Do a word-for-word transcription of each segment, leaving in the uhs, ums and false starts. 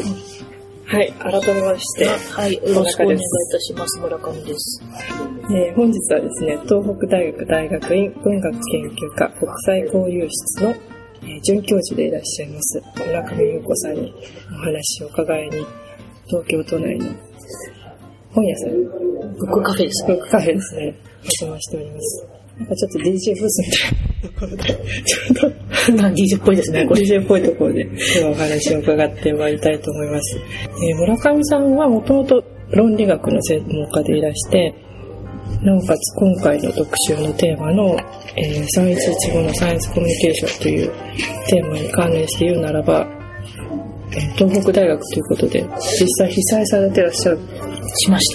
はい、改めまして、 はい、よろしくお願いいたします。村上です。 えー、本日はですね、東北大学大学院文学研究科国際交流室の、えー、准教授でいらっしゃいます村上優子さんにお話を伺いに、東京都内の本屋さん、 ブックカフェですね。ブックカフェですね。お邪魔しております。なんかちょっと ディージェー ブースみたいなところで、ちょっとディージェー っぽいですね。 ディージェー っぽいところで今日はお話を伺ってまいりたいと思います。えー、村上さんはもともと論理学の専門家でいらして、なおかつ今回の特集のテーマの、えー、さんいちいちごのサイエンスコミュニケーションというテーマに関連して言うならば、えー、東北大学ということで実際被災されてらっしゃるしました。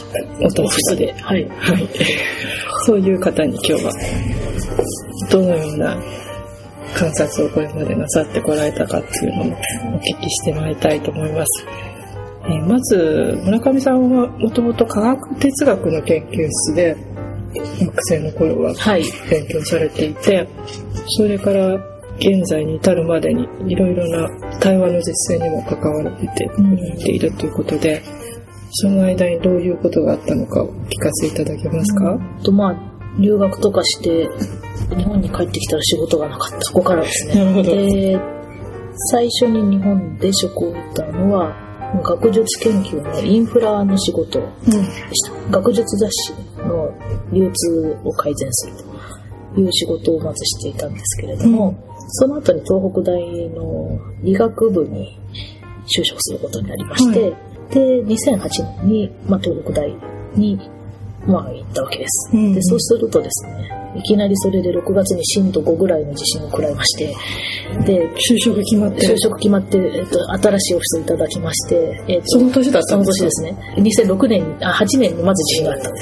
お父さんで、 はい、 はい、そういう方に今日はどのような観察をこれまでなさってこられたかっていうのもお聞きしてまいりたいと思います。えー、まず村上さんはもともと科学哲学の研究室で学生の頃は勉強されていて、はい、それから現在に至るまでにいろいろな対話の実践にも関わられているということで、うん、その間にどういうことがあったのかお聞かせいただけますか？ うんとまあ、留学とかして日本に帰ってきたら仕事がなかった。そこからですね。 なるほど。 で、最初に日本で職を得たのは学術研究のインフラの仕事でした。うん、学術雑誌の流通を改善するという仕事をまずしていたんですけれども、うん、その後に東北大の理学部に就職することになりまして、うん、でにせんはちねんに、まあ、東北大に、まあ、行ったわけです。うん、でそうするとですね、いきなりそれでろくがつに震度ごぐらいの地震を食らいまして、で就職決まって就職決まって、えっと、新しいオフィスをいただきまして、えっと、 その年だったんですか？ その年ですね。にせんろくねんにあはちねんにまず地震があったんです。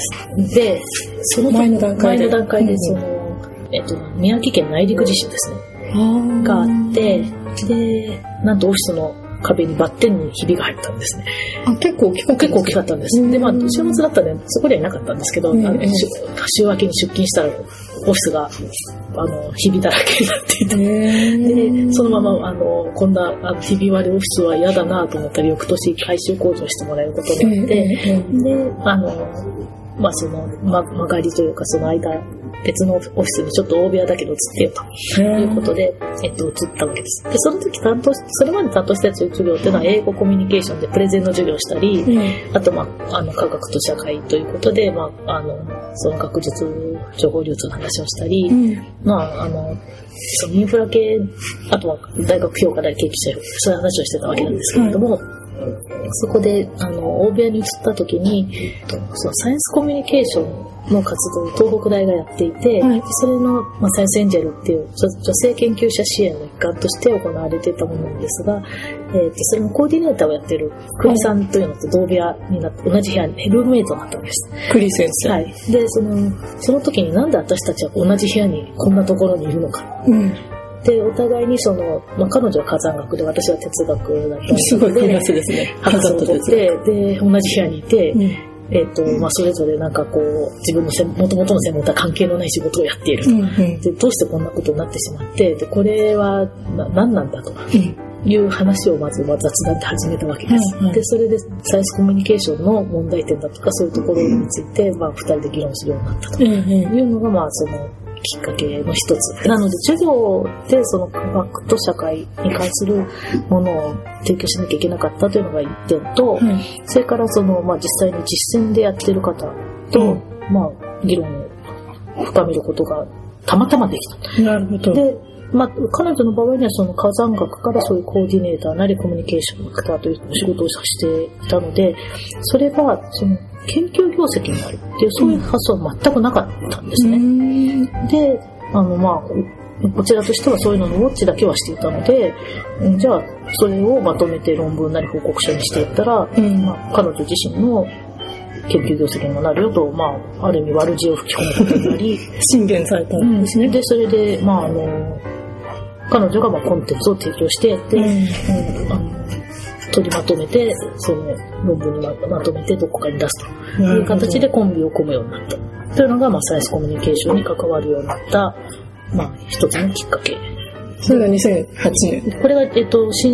でその前の段階で前の段階でその、うんえっと、宮城県内陸地震ですねがあって、でなんとオフィスの壁にバッテンにひびが入ったんですね。 あ、結構大きかった。 結構大きかったんです。で、まあ、週末だったらね、そこではいなかったんですけど、うん、あの週明けに出勤したら、オフィスが、あの、ひびだらけになっていて、で、そのまま、あの、こんな、あの、ひび割れオフィスは嫌だなと思ったら、翌年改修工事をしてもらえることになって、で、あの、まあ、その、ま、曲がりというか、その間、別のオフィスにちょっと大部屋だけど移ってよということで、えっと、移ったわけです。で、その時担当し、それまで担当した授業っていうのは英語コミュニケーションでプレゼンの授業をしたり、うん、あと、まあ、あの、科学と社会ということで、まあ、あの、その学術情報流通の話をしたり、うん、まあ、あの、そのインフラ系、あとは大学評価大研究者、そういう話をしてたわけなんですけれども、うん、そこで、あの、大部屋に移った時に、そのサイエンスコミュニケーションの活動を東北大がやっていて、はい、それの、まあ、サイエンスエンジェルっていう女性研究者支援の一環として行われていたものなんですが、えー、とそれのコーディネーターをやっている栗さんというのと同部屋になって、同じ部屋にルームメイトになったわけです。 栗先生。 はい。で、その、その時になんで私たちは同じ部屋にこんなところにいるのか。うんで、お互いにその、まあ、彼女は火山学で、私は哲学だったので、 すごい組み合わせですね。 博士を取って、で、同じ部屋にいて、うんえっと、まあ、それぞれなんかこう、自分のせ元々の専門とは関係のない仕事をやっていると、うんうん。で、どうしてこんなことになってしまって、で、これはな何なんだという話をまずは雑談で始めたわけです。うんうん、で、それでサイエンスコミュニケーションの問題点だとか、そういうところについて、まあ、二人で議論するようになったというのが、まあ、その、きっかけの一つ。なので、授業でその科学と社会に関するものを提供しなきゃいけなかったというのが一点と、うん、それからその、まあ、実際に実践でやっている方と、うん、まあ、議論を深めることがたまたまできた。 なるほど。 で、まあ、彼女の場合にはその火山学からそういうコーディネーターなりコミュニケーションアクターという仕事をしていたので、それがその研究業績になるっていうそういう発想は全くなかったんですね。うん、で、あのまあこちらとしてはそういうののウォッチだけはしていたので、じゃあそれをまとめて論文なり報告書にしていったら、うんまあ、彼女自身の研究業績にもなるよと、まあ、ある意味悪知を吹き込むことになり進言されたんですね。 うん、でそれで、まあ、あの彼女がまあコンテンツを提供して、で、うんうん、あの取りまとめて、その論文に ま, まとめてどこかに出すという形でコンビを組むようになったというのが、まあ、サイエンスコミュニケーションに関わるようになった、まあ、一つのきっかけ。 それがにせんはちねん。 これが、えっと、新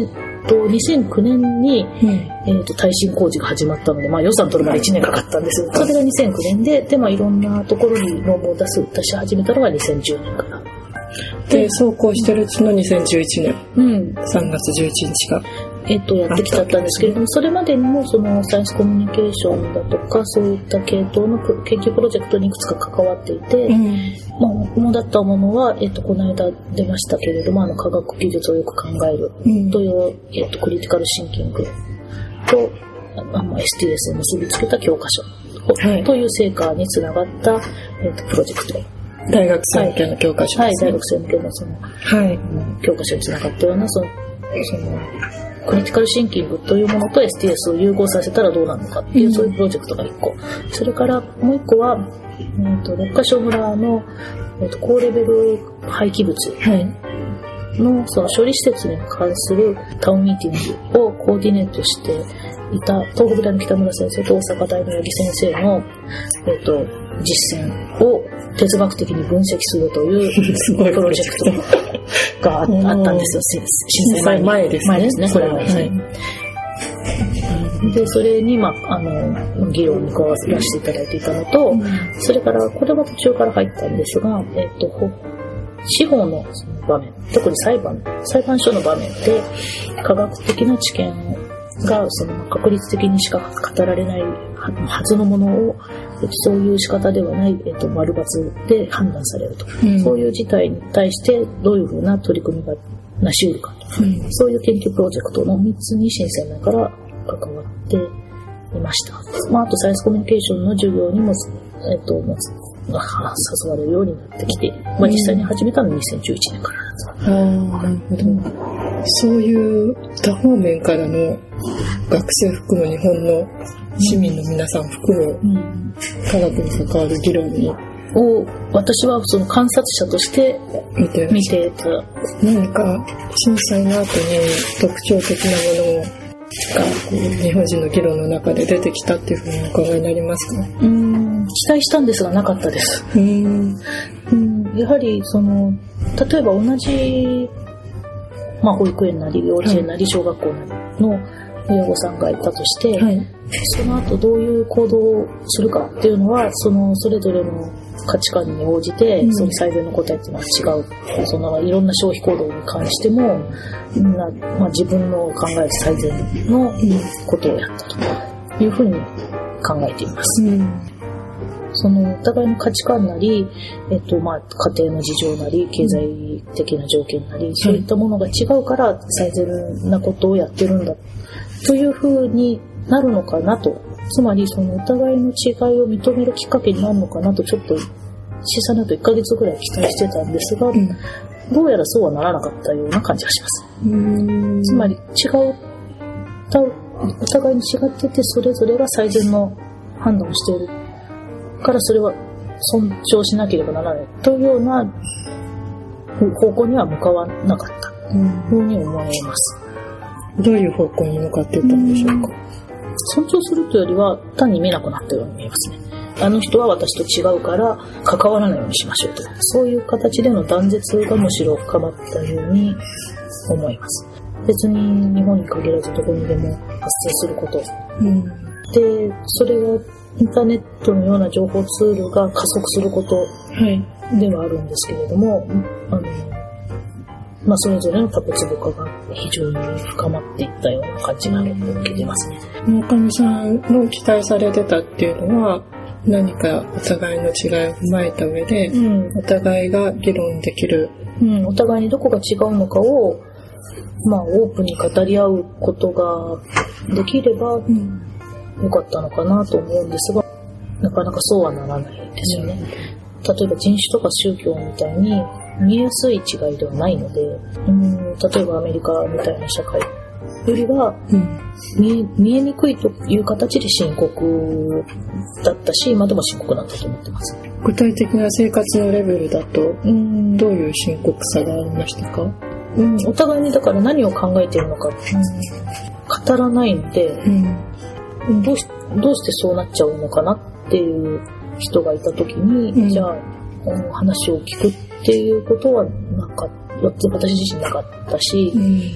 と、にせんきゅうねんに、うんえー、と耐震工事が始まったので、まあ、予算取るまでいちねんかかったんですが、それがにせんきゅうねんで、でまあ、いろんなところに論文を出す出し始めたのがにせんじゅうねんから。 で、走行してるうちのにせんじゅういちねん、うん、さんがつじゅういちにちが。 えっと、やってきちゃったんですけれども、それまでにもそのサイエンスコミュニケーションだとか、そういった系統の研究プロジェクトにいくつか関わっていて、うん、まあ、主だったものは、えっと、この間出ましたけれども、あの、科学技術をよく考えるという、うん、えっと、クリティカルシンキングと、あまあ、エスティーエス に結びつけた教科書、はい、という成果につながった、えっと、プロジェクト。 大学生向けの教科書ですね。 はい、大学生向けのその、はい、教科書につながったような、その、その、クリティカルシンキングというものと エスティーエス を融合させたらどうなるのかっていう、うん、そういうプロジェクトがいっこ。それからもういっこは、えーと、六ヶ所村の、えーと、高レベル廃棄物の、その処理施設に関するタウンミーティングをコーディネートしていた東北大の北村先生と大阪大の八木先生の、えーと、実践を哲学的に分析するというすごいプロジェクトがあったんですよ。震災前ですね。前ですね、これはですね。はい、で、それに、まあ、あの、議論に加わらせていただいていたのと、うん、それから、これは途中から入ったんですが、えっと、司法の場面、特に裁判、裁判所の場面で、科学的な知見が、その、確率的にしか語られないはずのものを、そういう仕方ではない、えっと、丸×で判断されると、うん、そういう事態に対してどういうふうな取り組みがなし得るかと、うん、そういう研究プロジェクトのみっつに震災前から関わっていました。まあ、あとサイエンスコミュニケーションの授業にも、えっと、誘われるようになってきて、まあ、実際に始めたのはにせんじゅういちねんからなんです。 ああ、なるほど。そういう多方面からの学生含む日本の市民の皆さん含む、うん、科学に関わる議論にを私はその観察者として見て見てた。 何か震災の後に特徴的なものが日本人の議論の中で出てきたっていうふうにお考えになりますか？ うーん、期待したんですがなかったです。うーんうんやはりその例えば同じ、まあ、保育園なり幼稚園なり小学校なりの親御さんがいたとして、はい、その後どういう行動をするかっていうのはそのそれぞれの価値観に応じて、うん、その最善の答えっていうのは違う。そのいろんな消費行動に関してもみんな、まあ、自分の考える最善のことをやったというふうに考えています。うん、そのお互いの価値観なり、えっとまあ、家庭の事情なり経済的な条件なり、うん、そういったものが違うから最善なことをやってるんだというふうになるのかなと。つまりそのお互いの違いを認めるきっかけになるのかなとちょっと小さなといっかげつぐらい期待してたんですが、うん、どうやらそうはならなかったような感じがします。うーんつまり違うお互いに違っててそれぞれが最善の判断をしているからそれは尊重しなければならないというような方向には向かわなかったというふうに思います。 どういう方向に向かっていったんでしょうか？ 尊重するというよりは単に見なくなったように見えますね。あの人は私と違うから関わらないようにしましょうと。そういう形での断絶がむしろ深まったように思います。別に日本に限らずどこにでも発生すること。うん、で、それがインターネットのような情報ツールが加速することではあるんですけれども、はい、あのまあ、それぞれのタコツボ化が非常に深まっていったような感じが受けてますね。 村上さんの期待されてたっていうのは何かお互いの違いを踏まえた上で、うん、お互いが議論できる、 うん、お互いにどこが違うのかを、まあ、オープンに語り合うことができれば、うん、よかったのかなと思うんですが、なかなかそうはならないですよね。うん、例えば人種とか宗教みたいに見えやすい違いではないので、うん、例えばアメリカみたいな社会よりは、うん、見え、見えにくいという形で深刻だったし、今でも深刻なんだと思ってます。 具体的な生活のレベルだと、うん、どういう深刻さがありましたか？ うん、お互いにだから何を考えているのか、うん、語らないので、うん、どうし、どうしてそうなっちゃうのかなっていう人がいた時に、うん、じゃあ話を聞くっていうことはなんか私自身なかったし、うん、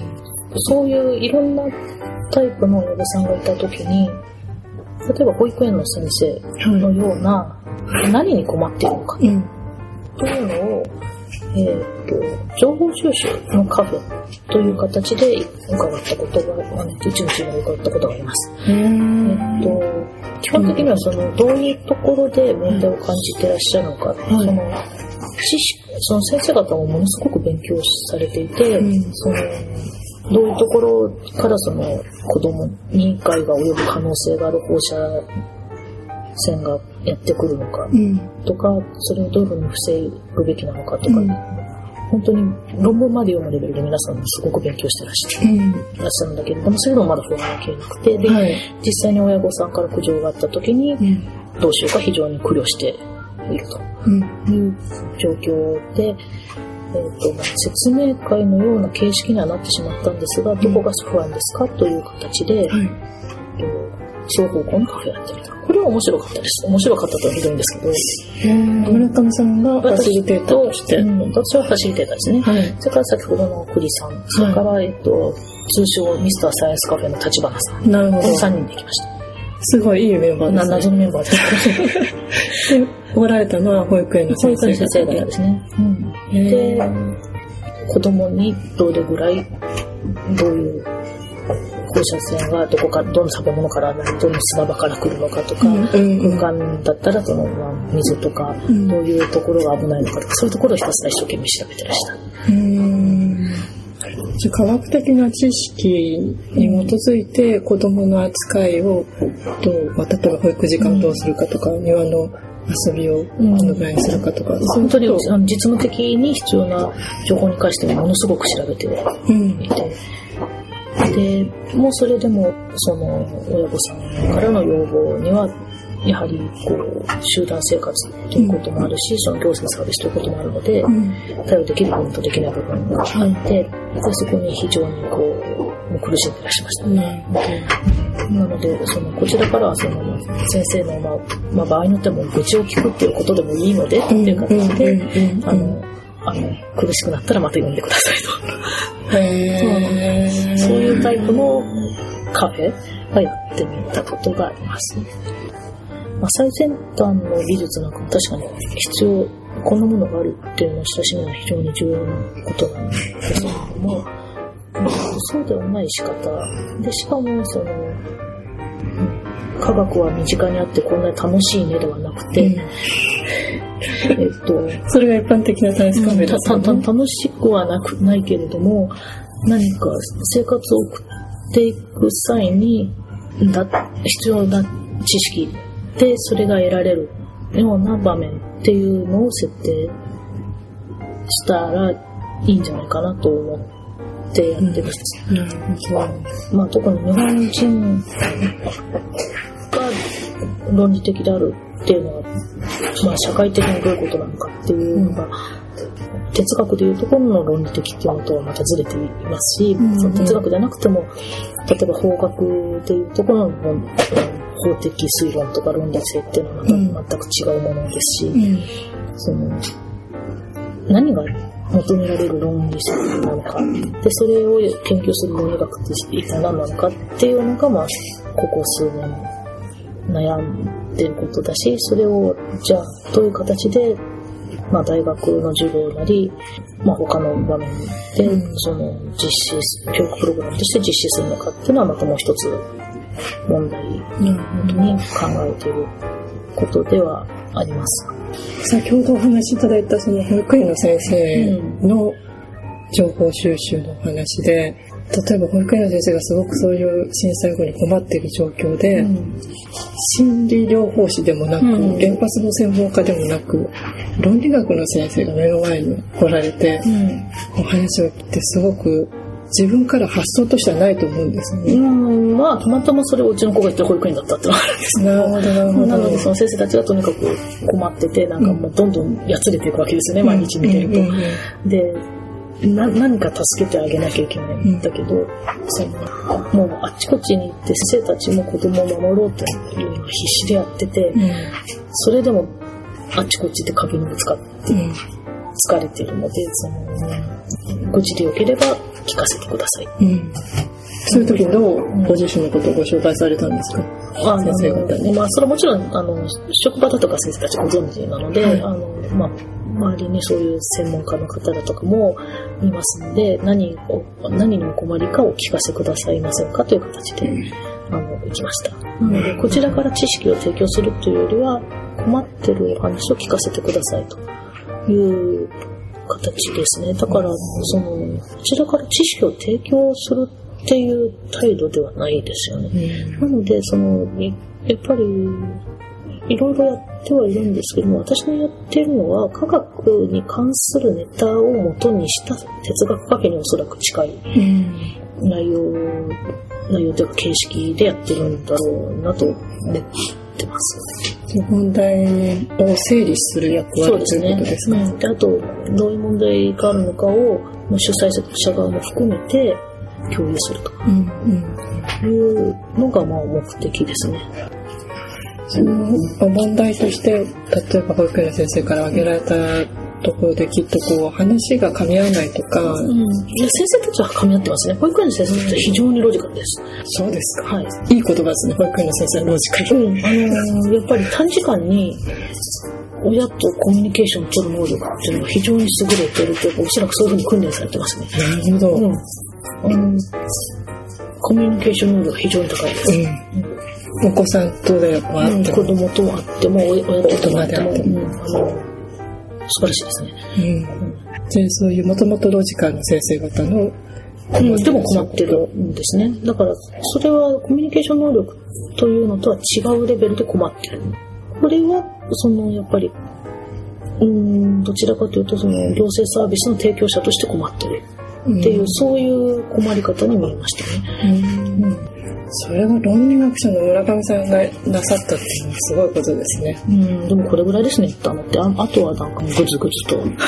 そういういろんなタイプの親御さんがいたときに、例えば保育園の先生のような、はい、何に困っているのか、うん、というのを、えー、と情報収集のカフェという形で伺ったことが、うちのチームで伺ったことがあります。えー、と基本的にはそのどういうところで問題を感じていらっしゃるのか、うん、その知識、その先生方もものすごく勉強されていて、うん、そのどういうところからその子供に害が及ぶ可能性がある放射線がやってくるのかとか、うん、それをどういうふうに防ぐべきなのかとか、うん、本当に論文まで読むレベルで皆さんもすごく勉強してらっしゃる、うん、らっしゃるんだけれども、そういうのもまだ不安が消えなくて、で、はい、実際に親御さんから苦情があった時に、うん、どうしようか非常に苦慮しているという状況で、えーとまあ、説明会のような形式にはなってしまったんですが、どこが不安ですかという形で、はい、双方向のカフェやってみた。これは面白かったです。面白かったとはひどいんですけど、 村上さんがファシリテーターとして、 うん、私はファシリテーターですね、はい、それから先ほどの栗さん、それから、はい、えっと、通称ミスターサイエンスカフェの立花さん、なるほど、このさんにんで行きました。 すごいいいメンバーですね。 謎のメンバーですで、おられたのは保育園の先生保育園の先生方ですね、うん、で子供にどれぐらいどういう放射線がどこかどの食べ物からどの砂場から来るのかとか、うんうん、空間だったらその、まあ、水とか、うん、どういうところが危ないのかとか、そういうところをひたすら一生懸命調べてらした。うーん、 科学的な知識に基づいて子どもの扱いをどう、まあ、例えば保育時間をどうするかとか、うん、庭の遊びをどのぐらいにするかとか、うん、 本当に実務的に必要な情報に関してもものすごく調べていて、うんでもうそれでもその親御さんからの要望にはやはりこう集団生活ということもあるし、うん、その行政サービスということもあるので、うん、対応できる部分とできない部分があって、うん、でそこに非常にこう苦しんでいらっしゃいましたね、うん、なのでそのこちらからはその先生の、まあまあ、場合によっても愚痴を聞くっていうことでもいいのでっていう形で、うん、あのあの苦しくなったらまた読んでくださいとへーそういうタイプのカフェがやってみたことがあります、まあ、最先端の技術なんかも確かに必要こんなものがあるっていうのを親しむのは非常に重要なことなんですけれども、そうではない仕方で、しかもその科学は身近にあってこんなに楽しいねではなくて、うんえっと、 それが一般的なサイエンスカフェですよね。 たた楽しくはなくないけれども、何か生活を送っていく際にだ必要な知識でそれが得られるような場面っていうのを設定したらいいんじゃないかなと思ってやってます。うんうんまあ、特に日本人が論理的であるっていうのは、まあ、社会的にどういうことなのかっていうのが、うん、哲学でいうところの論理的っていうのとはまたずれていますし、うんうん、その哲学でなくても例えば法学でいうところの論法的推論とか論理性っていうのはまた全く違うものですし、うん、その何が求められる論理性なのかで、それを研究する論理学って一体何なのかっていうのが、まあ、ここ数年悩んでることだし、それをじゃあどういう形で、まあ、大学の授業なり、まあ、他の場面でその実施教育プログラムとして実施するのかっていうのはまたもう一つ問題に考えていることではあります。 先ほどお話しいただいたその保育園の先生の情報収集のお話で、例えば保育園の先生がすごくそういう震災後に困っている状況で、うん、心理療法士でもなく、うん、原発の専門家でもなく論理学の先生が目の前に来られて、うん、お話を聞いてすごく自分から発想としてはないと思うんですね。 うんまあたまたまそれをうちの子が言ってる保育園だったってのがあるんですなるほどなるほど。 なのでその先生たちがとにかく困っててなんかもうどんどんやつれていくわけですよね、うん、毎日見てると、うんうんうん、でな何か助けてあげなきゃいけないんだけど、うん、そのもうあっちこっちに行って先生たちも子供を守ろうというのを必死でやってて、うん、それでもあっちこっちで壁にぶつかって疲れているので、その愚痴でよければ聞かせてください。 うん、そういう時どうご自身のことをご紹介されたんですか？ あ先生方に。まあ、それはもちろんあの職場だとか先生たちご存知なので、はい、あのまあ、周りにそういう専門家の方だとかもいますので、何を何にお困りかを聞かせくださいませんかという形で、うん、あの行きました。なのでこちらから知識を提供するというよりは、困ってるお話を聞かせてくださいという形ですね。だからそのこちらから知識を提供するっていう態度ではないですよね。うん、なのでそのやっぱりいろいろやってはいるんですけども、私のやってるのは科学に関するネタを元にした哲学カフェにおそらく近い内容、うん、内容というか形式でやってるんだろうなと思ってます。 問題を整理する役割ということですか？ そうですね。うん、であとどういう問題があるのかを主催者側も含めて共有するとか、うんうん、いうのがまあ目的ですね。 その問題として例えば保育園の先生から挙げられたところできっとこう話が噛み合わないとか、うん、 いや先生たちは噛み合ってますね。保育園の先生たちは非常にロジカルです。 そうですか。 はい。 いい言葉ですね。保育園の先生はロジカル。 うん、あのー、やっぱり短時間に親とコミュニケーションを取る能力っていうのが非常に優れているというか、おそらくそういうふうに訓練されてますね。 なるほど。うん。 あのコミュニケーション能力が非常に高いです。 うんお子さんとでもあっても、うん、子供ともあっても親ともあっても、うん、あの素晴らしいですね。 うんうん、でそういうもともとロジカルな先生方の、 うん、でも困ってるんですね。だからそれはコミュニケーション能力というのとは違うレベルで困ってる。これはそのやっぱりうーんどちらかというとその行政サービスの提供者として困ってるっていう、うん、そういう困り方に見えましたね。うんうんそれが論理学者の村上さんがなさったっていうのはすごいことですね。 うん、でもこれぐらいですね言ったのって。 あ, あとはなんかグツグツとうん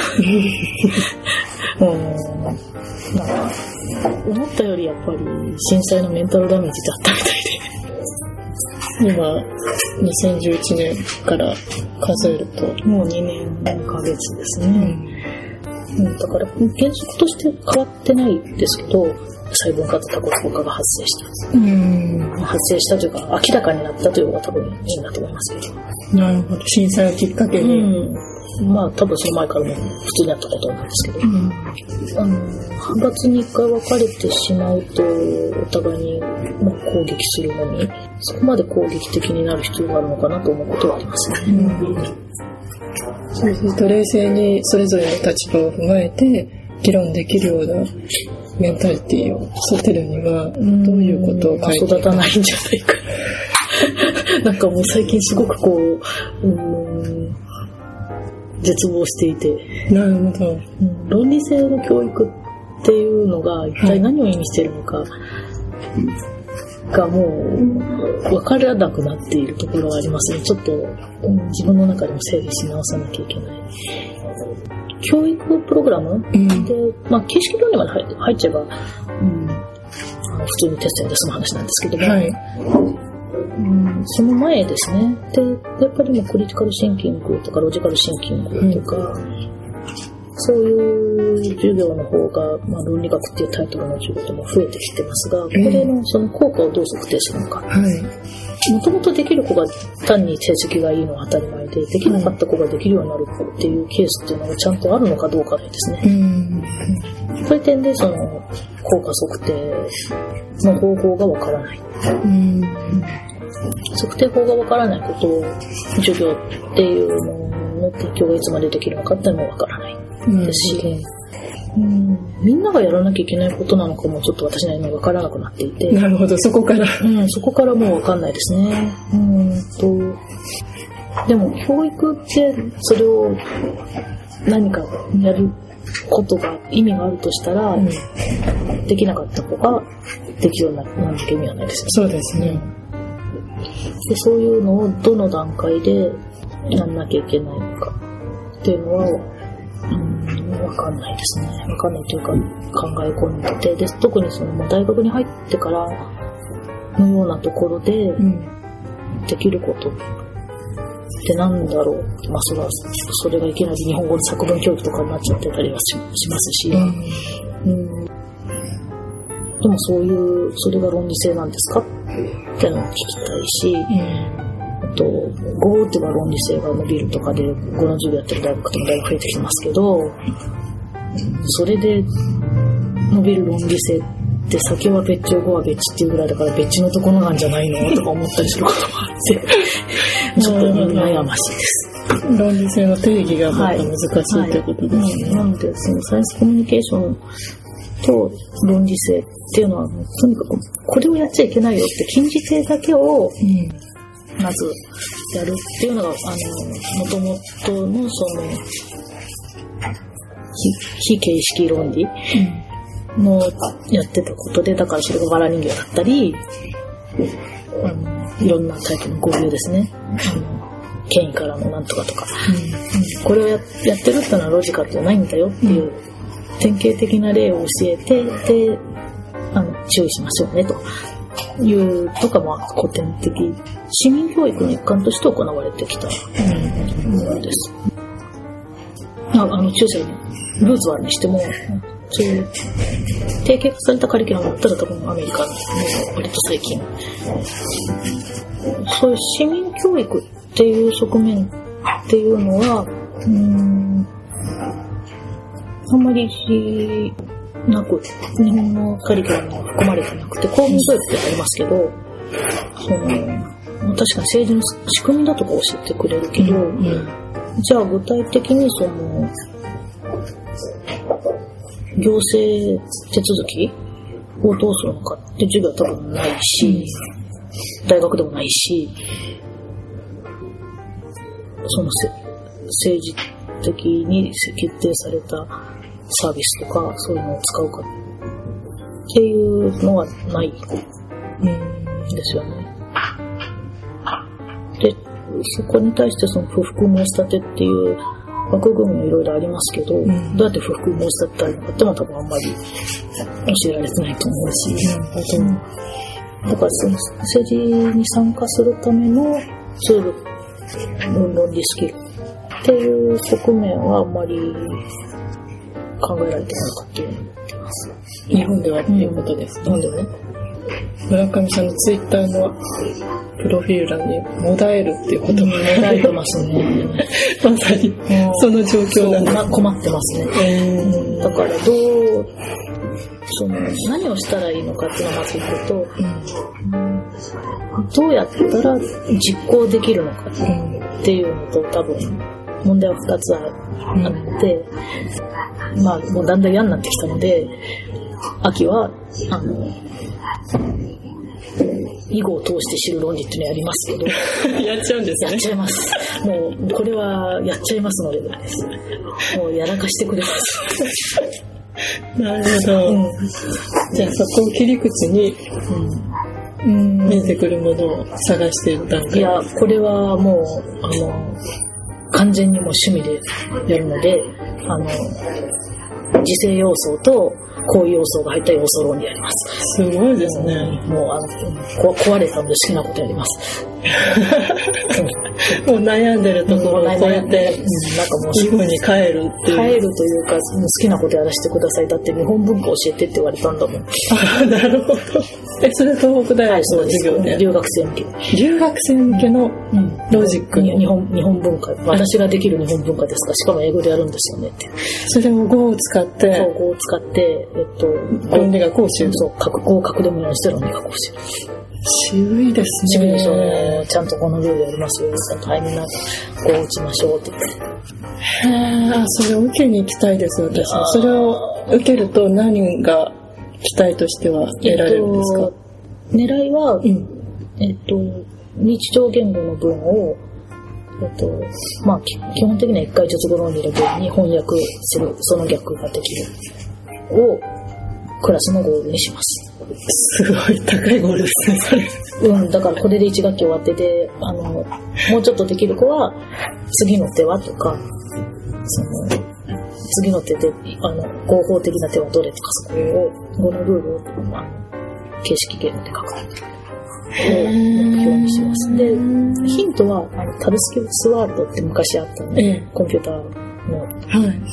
なんか思ったよりやっぱり震災のメンタルダメージだったみたいで今にせんじゅういちねんから数えるともうにねん何ヶ月ですね。うんうん、だから原則として変わってないですけど細分化と多骨化が発生した。うん発生したというか明らかになったというのが多分いいんだと思いますけど。 なるほど。震災をきっかけに、 うん、まあ多分その前からも普通にあったことなんですけど、うん、あの派閥に一回分かれてしまうとお互いに、まあ、攻撃するのにそこまで攻撃的になる必要があるのかなと思うことはありますね。うん、 そうすると冷静にそれぞれの立場を踏まえて議論できるようなメンタリティを育てるにはどういうことを書いていくか、 育たないんじゃないかなんかもう最近すごくこう、うーん絶望していて。 なるほど、うん、 論理性の教育っていうのが一体何を意味しているのかがもう分からなくなっているところがありますね。ちょっと、うん、自分の中でも整理し直さなきゃいけない。教育プログラム、うん、で、まあ、形式論理まで 入, 入っちゃえば、うん、あの普通にテストに出す話なんですけども、はいうん、その前ですね。で、やっぱりもクリティカルシンキングとかロジカルシンキングとか、うん、そういう授業の方が、まあ、論理学っていうタイトルの授業でも増えてきてますが、これのその効果をどう測定するのか。もともとできる子が単に成績がいいのは当たり前で、できなかった子ができるようになるっていうケースっていうのがちゃんとあるのかどうかですね。うん、そういう点でその効果測定の方法がわからない。うん、測定法がわからないことを授業っていうのの提供がいつまでできるのかっていうのもわからないですし、うん、みんながやらなきゃいけないことなのかもちょっと私なりに分からなくなっていて。 なるほど、そこから、 うん、そこからもう分かんないですね。うんとでも教育ってそれを何かやることが意味があるとしたら、うん、できなかった子ができるようにならなきゃ意味はないですね。 そうですね。 でそういうのをどの段階でやんなきゃいけないのかっていうのはわかんないですね。わかんないというか考え込んでて、で特にそのもう大学に入ってからのようなところでできることってなんだろう。まあそれはそれがいきなり日本語の作文教育とかになっちゃってたりは し, しますし、うんうん、 でもそういう、それが論理性なんですかっていうのを聞きたいし、うん、あと、ゴーっては論理性が伸びるとかで、語の授業やってる大学とか大学増えてきてますけど、それで伸びる論理性って先は別地、語は別地っていうぐらいだから別地のところなんじゃないのとか思ったりすることもあって、ちょっと悩ましいです。 論理性の定義がもっと難しいということですね。はいはい、 なので、そのサイエンスコミュニケーションと論理性っていうのは、とにかくこれをやっちゃいけないよって禁じ手だけをまずやるっていうのが、あの、もともとのその非形式論理のやってたことで、だからそれがわら人形だったり、あのいろんなタイプの合流ですね。あの権威からのなんとかとか、うん、これを や, やってるってのはロジカルじゃないんだよっていう、うん、典型的な例を教えて、であの注意しましょうねというとか、まあ、古典的市民教育の一環として行われてきたものです。ああの中世にルーツはあるにしても、そういう定型化されたカリキュラムだったら多分アメリカの割と最近、そういう市民教育っていう側面っていうのは、うーん、あんまりなく、日本のカリキュラムには含まれてなくて、公民教育ってありますけど、その、確かに政治の仕組みだとか教えてくれるけど、うんうん、じゃあ具体的にその、行政手続きをどうするのかって授業は多分ないし、大学でもないし、その政治的に決定されたサービスとかそういうのを使うかっていうのはないんですよね。で、そこに対してその不服申し立てっていう枠組みはいろいろありますけど、うん、どうやって不服申し立てたりとかっても多分あんまり教えられてないと思うし、うん、だからその政治に参加するためのツール、論理スキルっていう側面はあんまり考えられてなかったように思ってます。 日本ではっていうことですか？ 日本ではね。 村上さんのツイッターのプロフィール欄にもだえるっていう言葉がもだえてますね。 まさにその状況なんだ。 困ってますね。うんだからどうその何をしたらいいのかっていうのをまず言うと、うん、どうやったら実行できるのかっていうのと多分問題はふたつあって、うん、まあもうだんだん嫌になってきたので、秋はあの囲碁を通して知る論理っていうのをやりますけどやっちゃうんですね。 やっちゃいます。もうこれはやっちゃいますのレベルです。もうやらかしてくれますなるほど、うん、じゃあそこを切り口に、うん、見えてくるものを探している段階。 いやこれはもうあの完全にもう趣味でやるので、あの時勢要素とこういう要素が入った要素論でやります。 すごいですね。 もうあの壊れたので好きなことやります。 もう悩んでるところをこうやって、うん、なんかもう囲碁に帰るっていう。 帰るというか、好きなことやらせてください。だって日本文化教えてって言われたんだもん。 あ、なるほど。え、それ東北大学の授業で、はい、 留学生向け。 留学生向けのロジック、うん、 日本日本文化。私ができる日本文化ですか。しかも英語でやるんですよねって。 それを語を使って。 そう、語を使って、えっと、 論理学講習。 そう、語を書くでもようにして論理学講習。 渋いですね。 渋いでしょうね。ちゃんとこのルールやりますよ。はい、みんなこう打ちましょうって言って。 へー、それを受けに行きたいです、私は。それを受けると何が期待としては得られるんですか？えっと、狙いは、うん、えっと、日常言語の文を、えっと、まあ、基本的には一回述語論理の文に翻訳する、その逆ができるをクラスのゴールにします。 すごい高いゴールですね、それ。 うん、だからこれで一学期終わってて、あの、もうちょっとできる子は、次の手はとか、その、次の手で、あの、合法的な手はどれとか、そこを、このルールを、あの、形式言語で書く。を目標にします。で、ヒントは、あの、タルスキスワールドって昔あったので、ええ、コンピューターの。はい。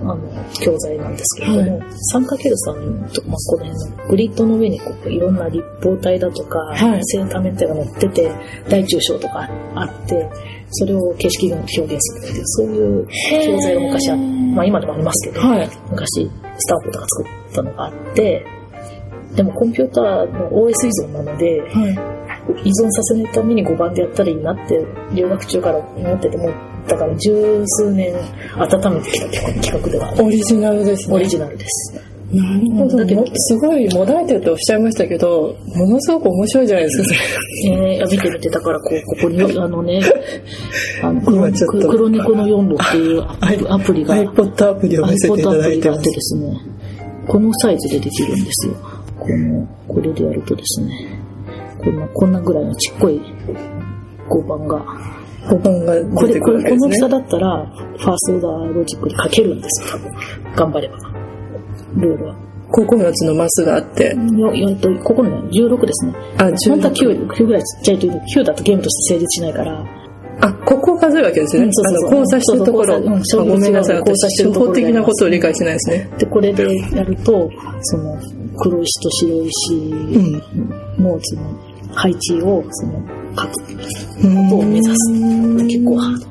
あの教材なんですけれども、はい、さんかけるさん と、まあ、この辺のグリッドの上にこういろんな立方体だとか、はい、正多面体が載ってて大中小とかあってそれを形式で表現するっていうそういう教材が昔あって、まあ、今でもありますけど、はい、昔スタンフォードが作ったのがあってでもコンピューターの オーエス 依存なので、はい、依存させないためにごばんでやったらいいなって留学中から思っててもだから十数年温めてきた企画ではある。 オリジナルですね。 オリジナルです。 なるほど。だけどすごいもだえてるとおっしゃいましたけど、ものすごく面白いじゃないですか。 えー、見てみてだからこうここにあのね、あの黒黒猫のよん路っていうアプリが iPod アプリを見せていただいてます。 iPod アプリがあってですね、このサイズでできるんですよ。このこれでやるとですね、こんなこんなぐらいのちっこいごばんが。 ごばんが出てくるわけですね。これ、この大きさだったら、ファーストオーダーロジックで書けるんですよ、多分。頑張れば。ルールは。 ここのつのマスがあって。 よ、よと、ここのね、じゅうろくですね。 あ、じゅうろく。 本当はきゅう、きゅうぐらいちっちゃいという、きゅうだとゲームとして成立しないから。 あ、ここを数えるわけですね。うん、そうそうそう。あの、交差してるところ。うん、ごめんなさい。交差してるところ。初歩的なことを理解してないですね。 で、これでやると、その、黒石と白石の、その、配置を、その、書くことを目指す。結構ハード。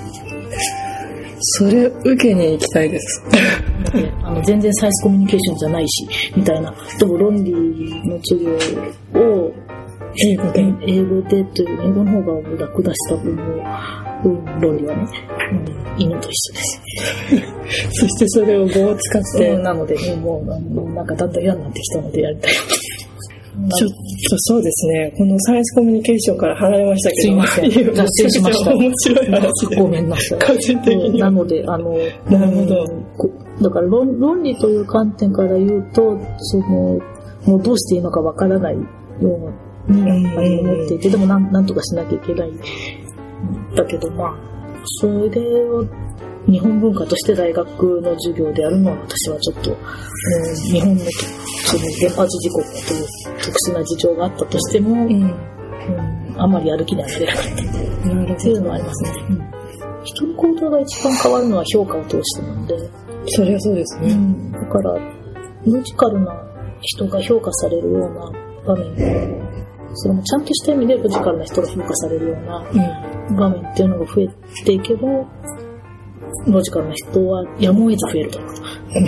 それ受けに行きたいです。 あの全然サイズコミュニケーションじゃないしみたいな。でも論理の授業を英語で英語でという英語の方が楽だし多分もう論理はね、うん、犬と一緒です。 そしてそれを語を使って、 うん、なので、ね、もうあのなんかだんだん嫌になってきたのでやりたい。 ちょっとそうですね。このサイエンスコミュニケーションから離れましたけど。 すいません。脱線しました。 面白い話で。 ごめんなさい。 個人的に。 なので、あの、 なるほど。 だから論、論理という観点から言うと、その、もうどうしていいのかわからないように思っていて、でもなん、なんとかしなきゃいけない。だけど、まあ、それを、日本文化として大学の授業でやるのは私はちょっと、うん、日本のその原発事故という特殊な事情があったとしても、うんうん、あんまりやる気にはなれなかったっていうのはありますね。うん、人の行動が一番変わるのは評価を通してなので、 そりゃそうですね。 うん、だからロジカルな人が評価されるような場面、それもちゃんとした意味でロジカルな人が評価されるような場面っていうのが増えていけば。ロジカルな人はやむを得ず増えるだろうと、うん、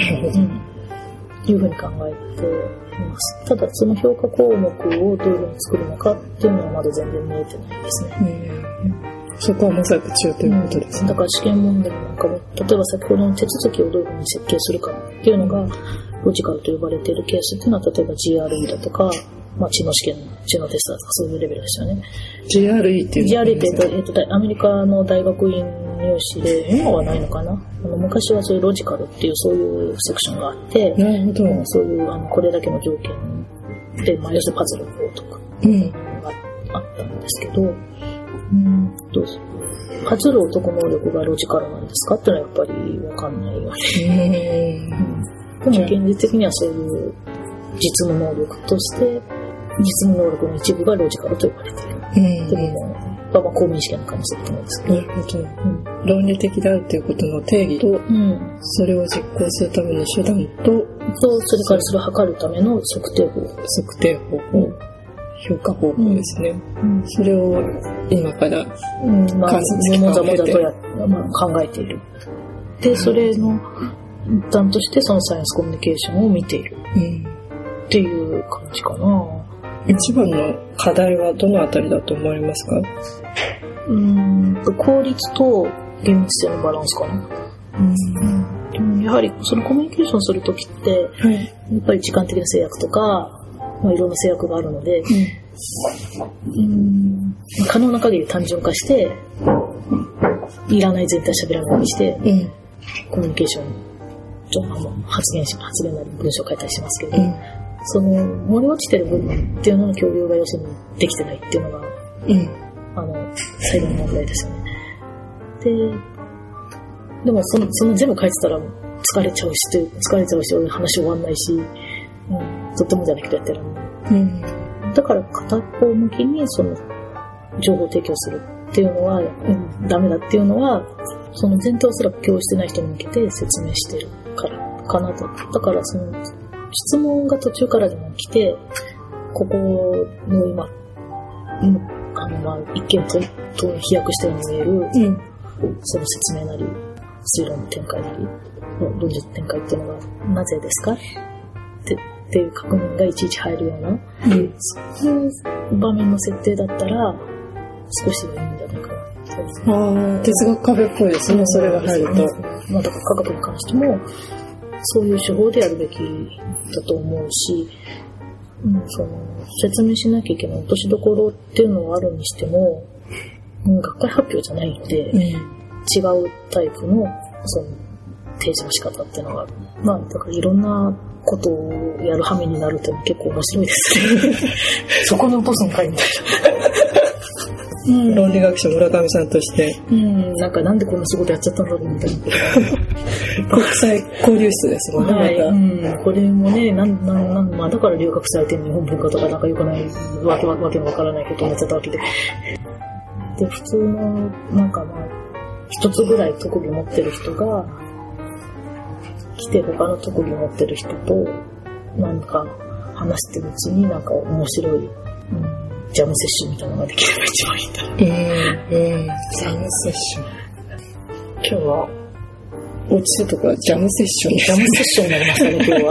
いうふうに考えています。ただその評価項目をどういうふうに作るのかっていうのはまだ全然見えてないですね。 うんうん、そこは模索中ということですね。 うん、だから試験問題なんかも例えば先ほどの手続きをどういうふうに設計するかっていうのがロジカルと呼ばれているケースっていうのは例えば ジーアールイー だとか、まあ、知能試験、知能テストだとかそういうレベルですよね。 ジーアールイー っていうのは、 ジーアールイー って、えっと、アメリカの大学院入試で、今はないのかな、あの昔はそういうロジカルっていうそういうセクションがあって、 なるほど、 そういうあのこれだけの条件で、まあ、要するにパズルを解くっていうのがあったんですけど、うん、どうぞ。パズルを解く能力がロジカルなんですかってのはやっぱりわかんないよね。うん、でも現実的にはそういう実務能力として、実務能力の一部がロジカルと呼ばれている。うん、でも、まあ、公務員試験の可能性だと思うんですけど。 なるほど、うん。論理的であるということの定義と、うん、それを実行するための手段と、 とそれからそれを測るための測定方法。 測定方法。うん、評価方法ですね。うん、それを今から観察期間を経て、もざもざとや、まあ、考えている。で、それの一端としてそのサイエンスコミュニケーションを見ている。うん、っていう感じかな。 一番の課題はどのあたりだと思われますか？ うーん、効率と厳密性のバランスかな。うん、やはりそのコミュニケーションするときって、はい、やっぱり時間的な制約とか、まあ、いろんな制約があるので、うん、うん可能な限り単純化していらない全体喋らないようにして、うん、コミュニケーションちょっと発言し発言なり文章を書いたりしますけど、うん、その漏れ落ちてる部分っていうのの共有が要するにできてないっていうのが、うん、あの最大の問題ですよね。で、でもそのその全部書いてたら疲れちゃうし、疲れちゃうし、話終わんないし、うん、とってもじゃないけどやってらんない。うん、だから片方向きにその情報提供するっていうのは、うん、ダメだっていうのはその前提をおそらく共有してない人に向けて説明してるからかなと。だからその質問が途中からでも来て、ここの今、うん、あのまあ一見とと飛躍したように見える、うん、その説明なり推論の展開なりの論述展開っていうのがなぜですかってっていう確認がいちいち入るような、うん、そういう場面の設定だったら少しはいいんじゃないかな。 ああ、哲学カフェっぽいですね、うん、それが入ると。 まあ、だから科学に関してもそういう手法でやるべきだと思うし、うん、その説明しなきゃいけない落としどころっていうのがあるにしても、うん、学会発表じゃないので、うん、違うタイプのその提示の仕方っていうのがある。まあだからいろんなことをやる羽目になるって結構面白いですね。そこの落とすのかいみたいな。 うん、論理学者村上さんとして、 うん、なんかなんでこんな仕事やっちゃったんだろうみたいな。 国際交流室ですもんね、 はい、うん、これもね、なんなんなんまあだから留学されて日本文化とかなんか良くないわけわけのわからないことをやっちゃったわけで、で普通のなんかまあ一つぐらい特技持ってる人が来て他の特技持ってる人となんか話してるうちになんか面白い。うんジャムセッションみたいなのができれば一番いいんだろう。 えー、えー、ジャムセッション。今日は、落ちるとこはジャムセッション。 ジャムセッションになりましたね、今日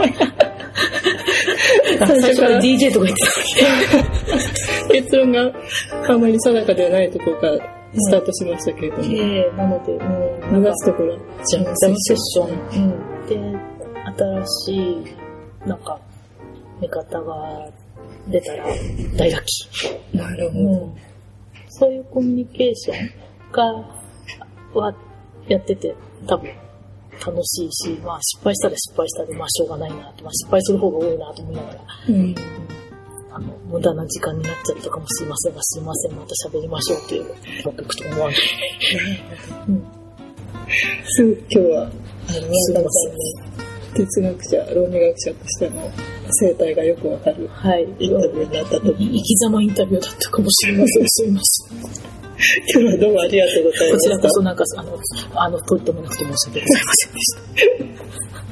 は。最初から ディージェー とか言ってたのに。 結論があまり定かではないところからスタートしましたけれども。 えー、なので、もう、流すところ、 ジャムセッション。うん。で、新しい、なんか、見方が、出たら大ラッキー。なるほど、うん。 そういうコミュニケーションがはやってて多分楽しいし、まあ失敗したら失敗したでまあしょうがないなって、まあ失敗する方が多いなと思いながら、うん、あの無駄な時間になっちゃうとかもすいませんがすいませんまた喋りましょうっていうトピックと思わない。 うん、す今日はあの宮田さんに哲学者論理学者としての生態がよくわかる、 はい、 インタビューになったと、 生き様インタビューだったかもしれません。すいません。 今日はどうもありがとうございました。 こちらこそなんかあのあの取り留めなくて申し訳ございませんでした。